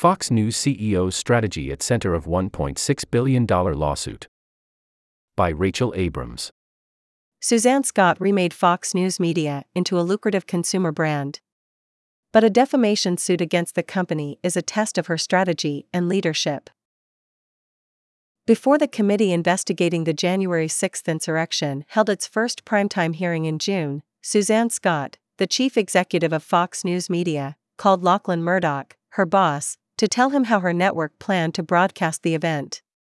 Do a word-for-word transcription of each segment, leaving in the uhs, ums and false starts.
Fox News C E O's strategy at center of one point six billion dollars lawsuit. By Rachel Abrams. Suzanne Scott remade Fox News Media into a lucrative consumer brand. But a defamation suit against the company is a test of her strategy and leadership. Before the committee investigating the January sixth insurrection held its first primetime hearing in June, Suzanne Scott, the chief executive of Fox News Media, called Lachlan Murdoch, her boss, to tell him how her network planned to broadcast the event.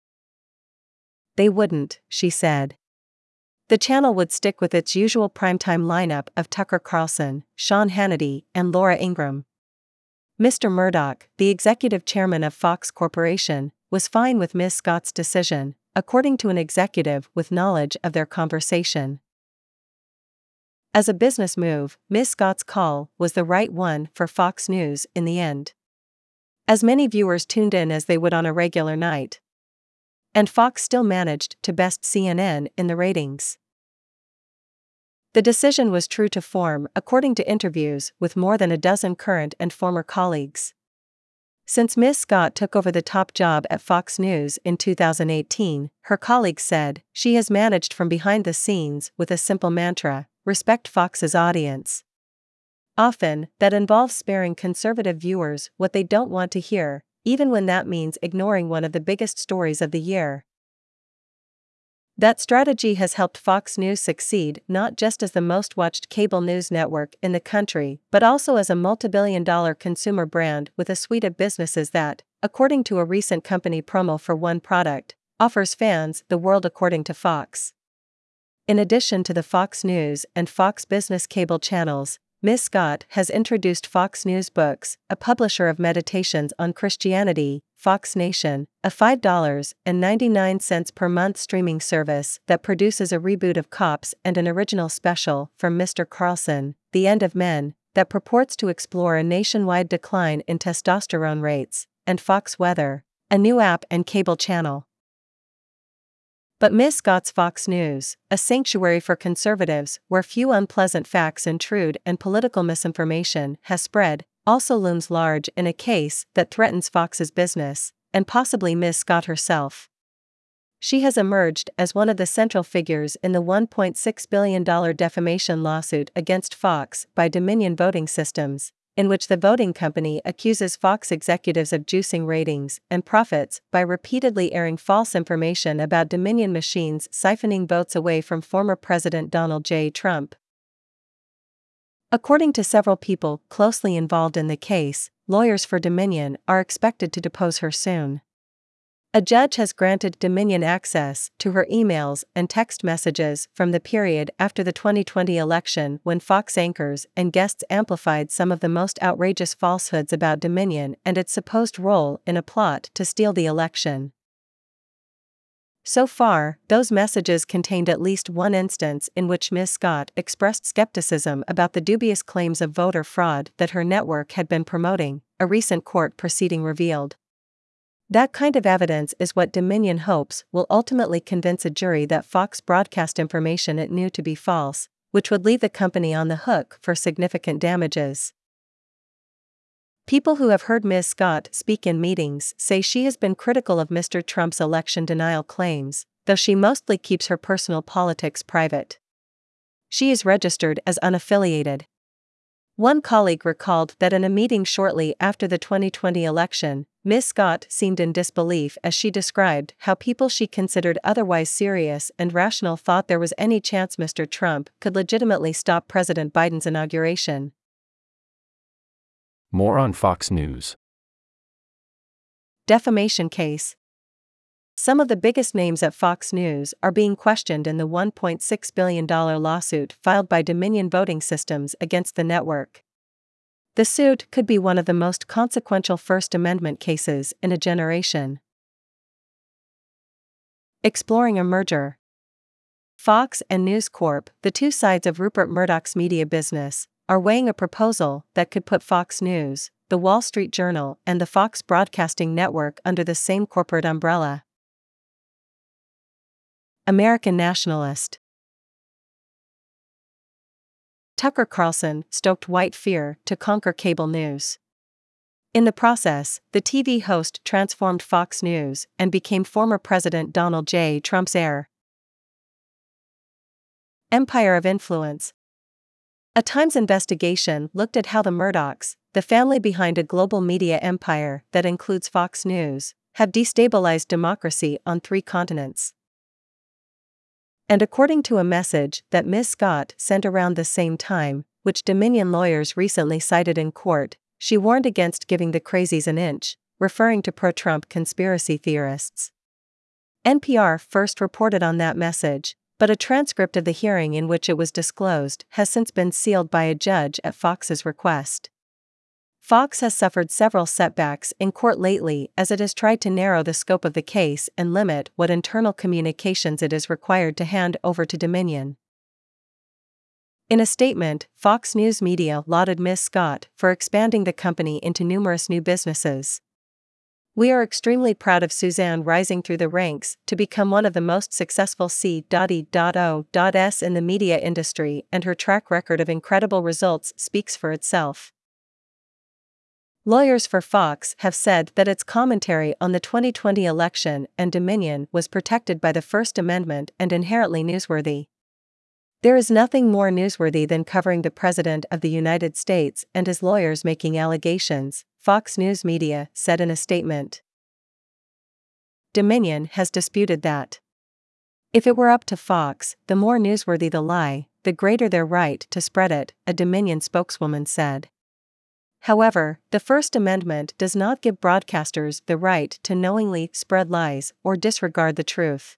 They wouldn't, she said. The channel would stick with its usual primetime lineup of Tucker Carlson, Sean Hannity, and Laura Ingraham. Mister Murdoch, the executive chairman of Fox Corporation, was fine with Miz Scott's decision, according to an executive with knowledge of their conversation. As a business move, Miz Scott's call was the right one for Fox News in the end. As many viewers tuned in as they would on a regular night. And Fox still managed to best C N N in the ratings. The decision was true to form, according to interviews with more than a dozen current and former colleagues. Since Miz Scott took over the top job at Fox News in two thousand eighteen, her colleagues said, she has managed from behind the scenes with a simple mantra: respect Fox's audience. Often, that involves sparing conservative viewers what they don't want to hear, even when that means ignoring one of the biggest stories of the year. That strategy has helped Fox News succeed not just as the most-watched cable news network in the country, but also as a multi-billion dollar consumer brand with a suite of businesses that, according to a recent company promo for one product, offers fans the world according to Fox. In addition to the Fox News and Fox Business cable channels, Miz Scott has introduced Fox News Books, a publisher of meditations on Christianity, Fox Nation, a five dollars and ninety-nine cents per month streaming service that produces a reboot of Cops and an original special from Mister Carlson, The End of Men, that purports to explore a nationwide decline in testosterone rates, and Fox Weather, a new app and cable channel. But Miz Scott's Fox News, a sanctuary for conservatives where few unpleasant facts intrude and political misinformation has spread, also looms large in a case that threatens Fox's business, and possibly Miz Scott herself. She has emerged as one of the central figures in the one point six billion dollars defamation lawsuit against Fox by Dominion Voting Systems, in which the voting company accuses Fox executives of juicing ratings and profits by repeatedly airing false information about Dominion machines siphoning votes away from former President Donald J. Trump. According to several people closely involved in the case, lawyers for Dominion are expected to depose her soon. A judge has granted Dominion access to her emails and text messages from the period after the twenty twenty election when Fox anchors and guests amplified some of the most outrageous falsehoods about Dominion and its supposed role in a plot to steal the election. So far, those messages contained at least one instance in which Miz Scott expressed skepticism about the dubious claims of voter fraud that her network had been promoting, a recent court proceeding revealed. That kind of evidence is what Dominion hopes will ultimately convince a jury that Fox broadcast information it knew to be false, which would leave the company on the hook for significant damages. People who have heard Miz Scott speak in meetings say she has been critical of Mister Trump's election denial claims, though she mostly keeps her personal politics private. She is registered as unaffiliated. One colleague recalled that in a meeting shortly after the twenty twenty election, Miz Scott seemed in disbelief as she described how people she considered otherwise serious and rational thought there was any chance Mister Trump could legitimately stop President Biden's inauguration. More on Fox News. Defamation case. Some of the biggest names at Fox News are being questioned in the one point six billion dollars lawsuit filed by Dominion Voting Systems against the network. The suit could be one of the most consequential First Amendment cases in a generation. Exploring a merger. Fox and News Corp, the two sides of Rupert Murdoch's media business, are weighing a proposal that could put Fox News, The Wall Street Journal, and the Fox Broadcasting Network under the same corporate umbrella. American Nationalist. Tucker Carlson stoked white fear to conquer cable news. In the process, the T V host transformed Fox News and became former President Donald J. Trump's heir. Empire of influence. A Times investigation looked at how the Murdochs, the family behind a global media empire that includes Fox News, have destabilized democracy on three continents. And according to a message that Miz Scott sent around the same time, which Dominion lawyers recently cited in court, she warned against giving the crazies an inch, referring to pro-Trump conspiracy theorists. N P R first reported on that message, but a transcript of the hearing in which it was disclosed has since been sealed by a judge at Fox's request. Fox has suffered several setbacks in court lately as it has tried to narrow the scope of the case and limit what internal communications it is required to hand over to Dominion. In a statement, Fox News Media lauded Miz Scott for expanding the company into numerous new businesses. "We are extremely proud of Suzanne rising through the ranks to become one of the most successful C E O's in the media industry, and her track record of incredible results speaks for itself." Lawyers for Fox have said that its commentary on the twenty twenty election and Dominion was protected by the First Amendment and inherently newsworthy. "There is nothing more newsworthy than covering the President of the United States and his lawyers making allegations," Fox News Media said in a statement. Dominion has disputed that. "If it were up to Fox, the more newsworthy the lie, the greater their right to spread it," a Dominion spokeswoman said. However, the First Amendment does not give broadcasters the right to knowingly spread lies or disregard the truth.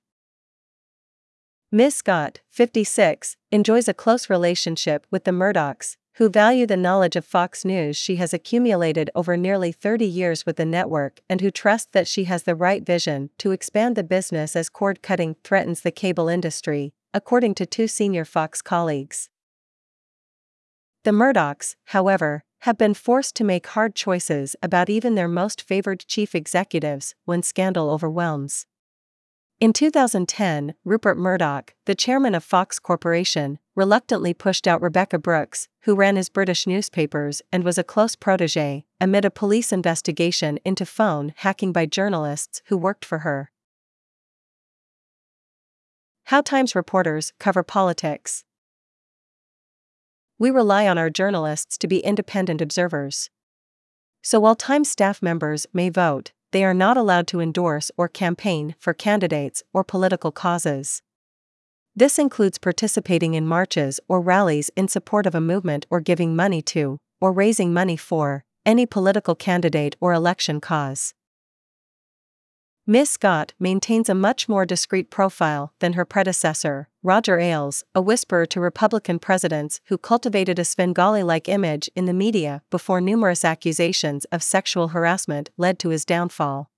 Miz Scott, fifty-six, enjoys a close relationship with the Murdochs, who value the knowledge of Fox News she has accumulated over nearly thirty years with the network and who trust that she has the right vision to expand the business as cord-cutting threatens the cable industry, according to two senior Fox colleagues. The Murdochs, however, have been forced to make hard choices about even their most favored chief executives when scandal overwhelms. In two thousand ten, Rupert Murdoch, the chairman of Fox Corporation, reluctantly pushed out Rebekah Brooks, who ran his British newspapers and was a close protégé, amid a police investigation into phone hacking by journalists who worked for her. How Times reporters cover politics. "We rely on our journalists to be independent observers. So while Times staff members may vote, they are not allowed to endorse or campaign for candidates or political causes. This includes participating in marches or rallies in support of a movement or giving money to, or raising money for, any political candidate or election cause." Miz Scott maintains a much more discreet profile than her predecessor, Roger Ailes, a whisperer to Republican presidents who cultivated a Svengali-like image in the media before numerous accusations of sexual harassment led to his downfall.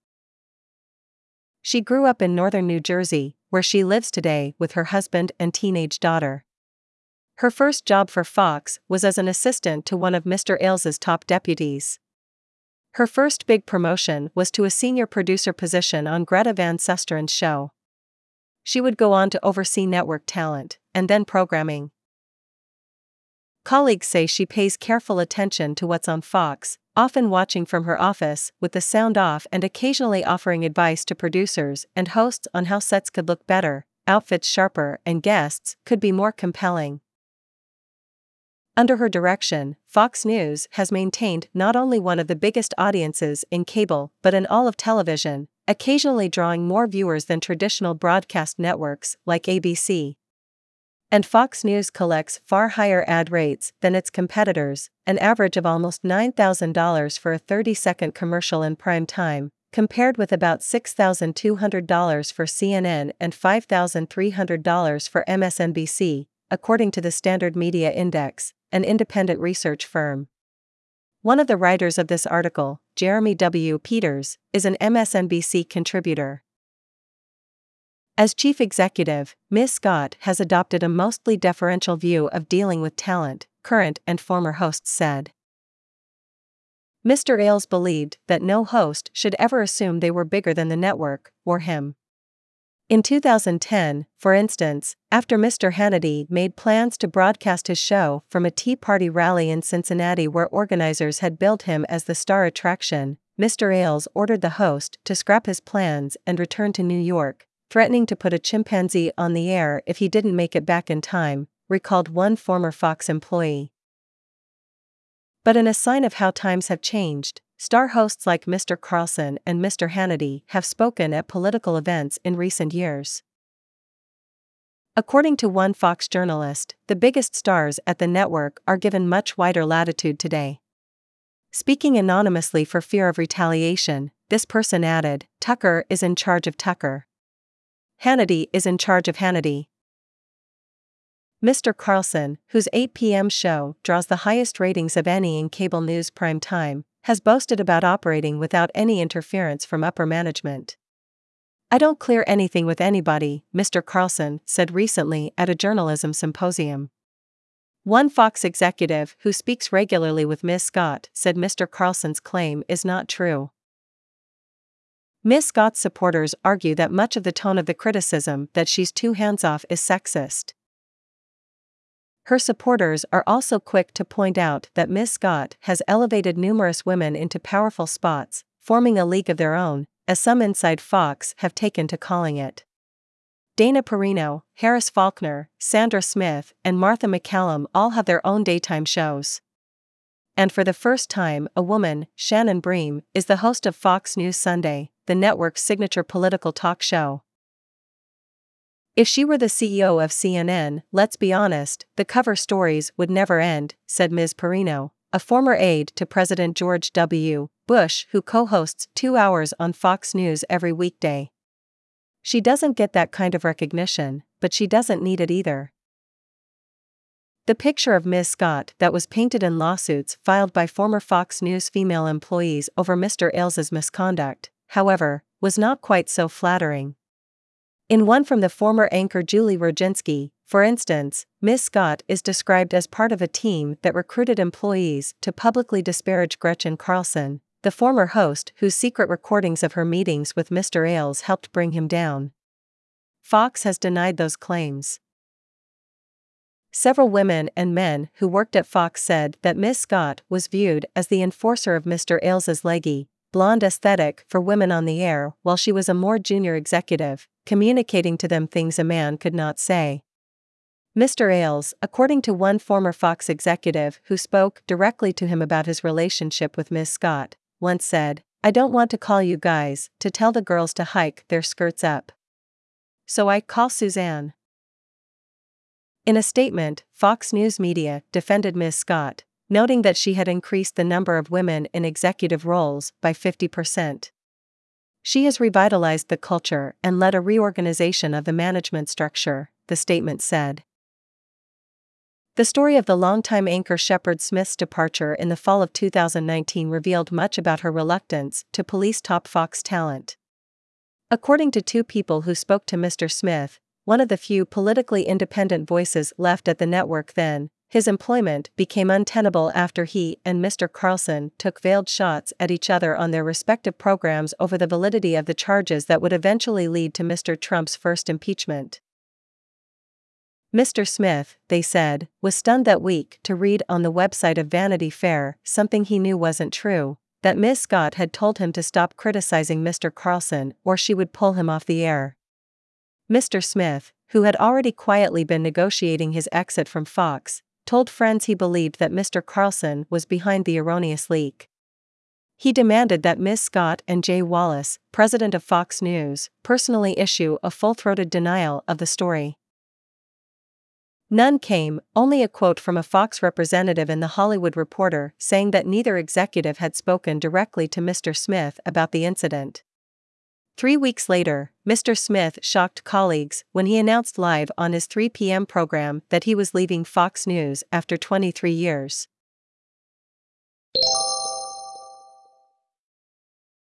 She grew up in northern New Jersey, where she lives today with her husband and teenage daughter. Her first job for Fox was as an assistant to one of Mister Ailes's top deputies. Her first big promotion was to a senior producer position on Greta Van Susteren's show. She would go on to oversee network talent, and then programming. Colleagues say she pays careful attention to what's on Fox, often watching from her office with the sound off and occasionally offering advice to producers and hosts on how sets could look better, outfits sharper, and guests could be more compelling. Under her direction, Fox News has maintained not only one of the biggest audiences in cable but in all of television, occasionally drawing more viewers than traditional broadcast networks like A B C. And Fox News collects far higher ad rates than its competitors, an average of almost nine thousand dollars for a thirty-second commercial in prime time, compared with about six thousand two hundred dollars for C N N and five thousand three hundred dollars for M S N B C, according to the Standard Media Index, an independent research firm. One of the writers of this article, Jeremy W. Peters, is an M S N B C contributor. As chief executive, Miz Scott has adopted a mostly deferential view of dealing with talent, current and former hosts said. Mister Ailes believed that no host should ever assume they were bigger than the network, or him. In two thousand ten, for instance, after Mister Hannity made plans to broadcast his show from a Tea Party rally in Cincinnati where organizers had billed him as the star attraction, Mister Ailes ordered the host to scrap his plans and return to New York, threatening to put a chimpanzee on the air if he didn't make it back in time, recalled one former Fox employee. But in a sign of how times have changed, star hosts like Mister Carlson and Mister Hannity have spoken at political events in recent years. According to one Fox journalist, the biggest stars at the network are given much wider latitude today. Speaking anonymously for fear of retaliation, this person added, "Tucker is in charge of Tucker. Hannity is in charge of Hannity." Mister Carlson, whose eight p m show draws the highest ratings of any in cable news prime time, has boasted about operating without any interference from upper management. "I don't clear anything with anybody," Mister Carlson said recently at a journalism symposium. One Fox executive who speaks regularly with Miz Scott said Mister Carlson's claim is not true. Miz Scott's supporters argue that much of the tone of the criticism that she's too hands-off is sexist. Her supporters are also quick to point out that Miz Scott has elevated numerous women into powerful spots, forming a league of their own, as some inside Fox have taken to calling it. Dana Perino, Harris Faulkner, Sandra Smith, and Martha McCallum all have their own daytime shows. And for the first time, a woman, Shannon Bream, is the host of Fox News Sunday, the network's signature political talk show. "If she were the C E O of C N N, let's be honest, the cover stories would never end," said Miz Perino, a former aide to President George W. Bush who co-hosts two hours on Fox News every weekday. "She doesn't get that kind of recognition, but she doesn't need it either." The picture of Miz Scott that was painted in lawsuits filed by former Fox News female employees over Mister Ailes' misconduct, however, was not quite so flattering. In one from the former anchor Julie Roginski, for instance, Miz Scott is described as part of a team that recruited employees to publicly disparage Gretchen Carlson, the former host whose secret recordings of her meetings with Mister Ailes helped bring him down. Fox has denied those claims. Several women and men who worked at Fox said that Miz Scott was viewed as the enforcer of Mister Ailes' leggy, blonde aesthetic for women on the air while she was a more junior executive, communicating to them things a man could not say. Mister Ailes, according to one former Fox executive who spoke directly to him about his relationship with Miz Scott, once said, "I don't want to call you guys to tell the girls to hike their skirts up. So I call Suzanne." In a statement, Fox News Media defended Miz Scott, noting that she had increased the number of women in executive roles by fifty percent. "She has revitalized the culture and led a reorganization of the management structure," the statement said. The story of the longtime anchor Shepard Smith's departure in the fall of two thousand nineteen revealed much about her reluctance to police top Fox talent. According to two people who spoke to Mister Smith, one of the few politically independent voices left at the network then, his employment became untenable after he and Mister Carlson took veiled shots at each other on their respective programs over the validity of the charges that would eventually lead to Mister Trump's first impeachment. Mister Smith, they said, was stunned that week to read on the website of Vanity Fair something he knew wasn't true, that Miz Scott had told him to stop criticizing Mister Carlson or she would pull him off the air. Mister Smith, who had already quietly been negotiating his exit from Fox, told friends he believed that Mister Carlson was behind the erroneous leak. He demanded that Miz Scott and Jay Wallace, president of Fox News, personally issue a full-throated denial of the story. None came, only a quote from a Fox representative in The Hollywood Reporter saying that neither executive had spoken directly to Mister Smith about the incident. Three weeks later, Mister Smith shocked colleagues when he announced live on his three p m program that he was leaving Fox News after twenty-three years.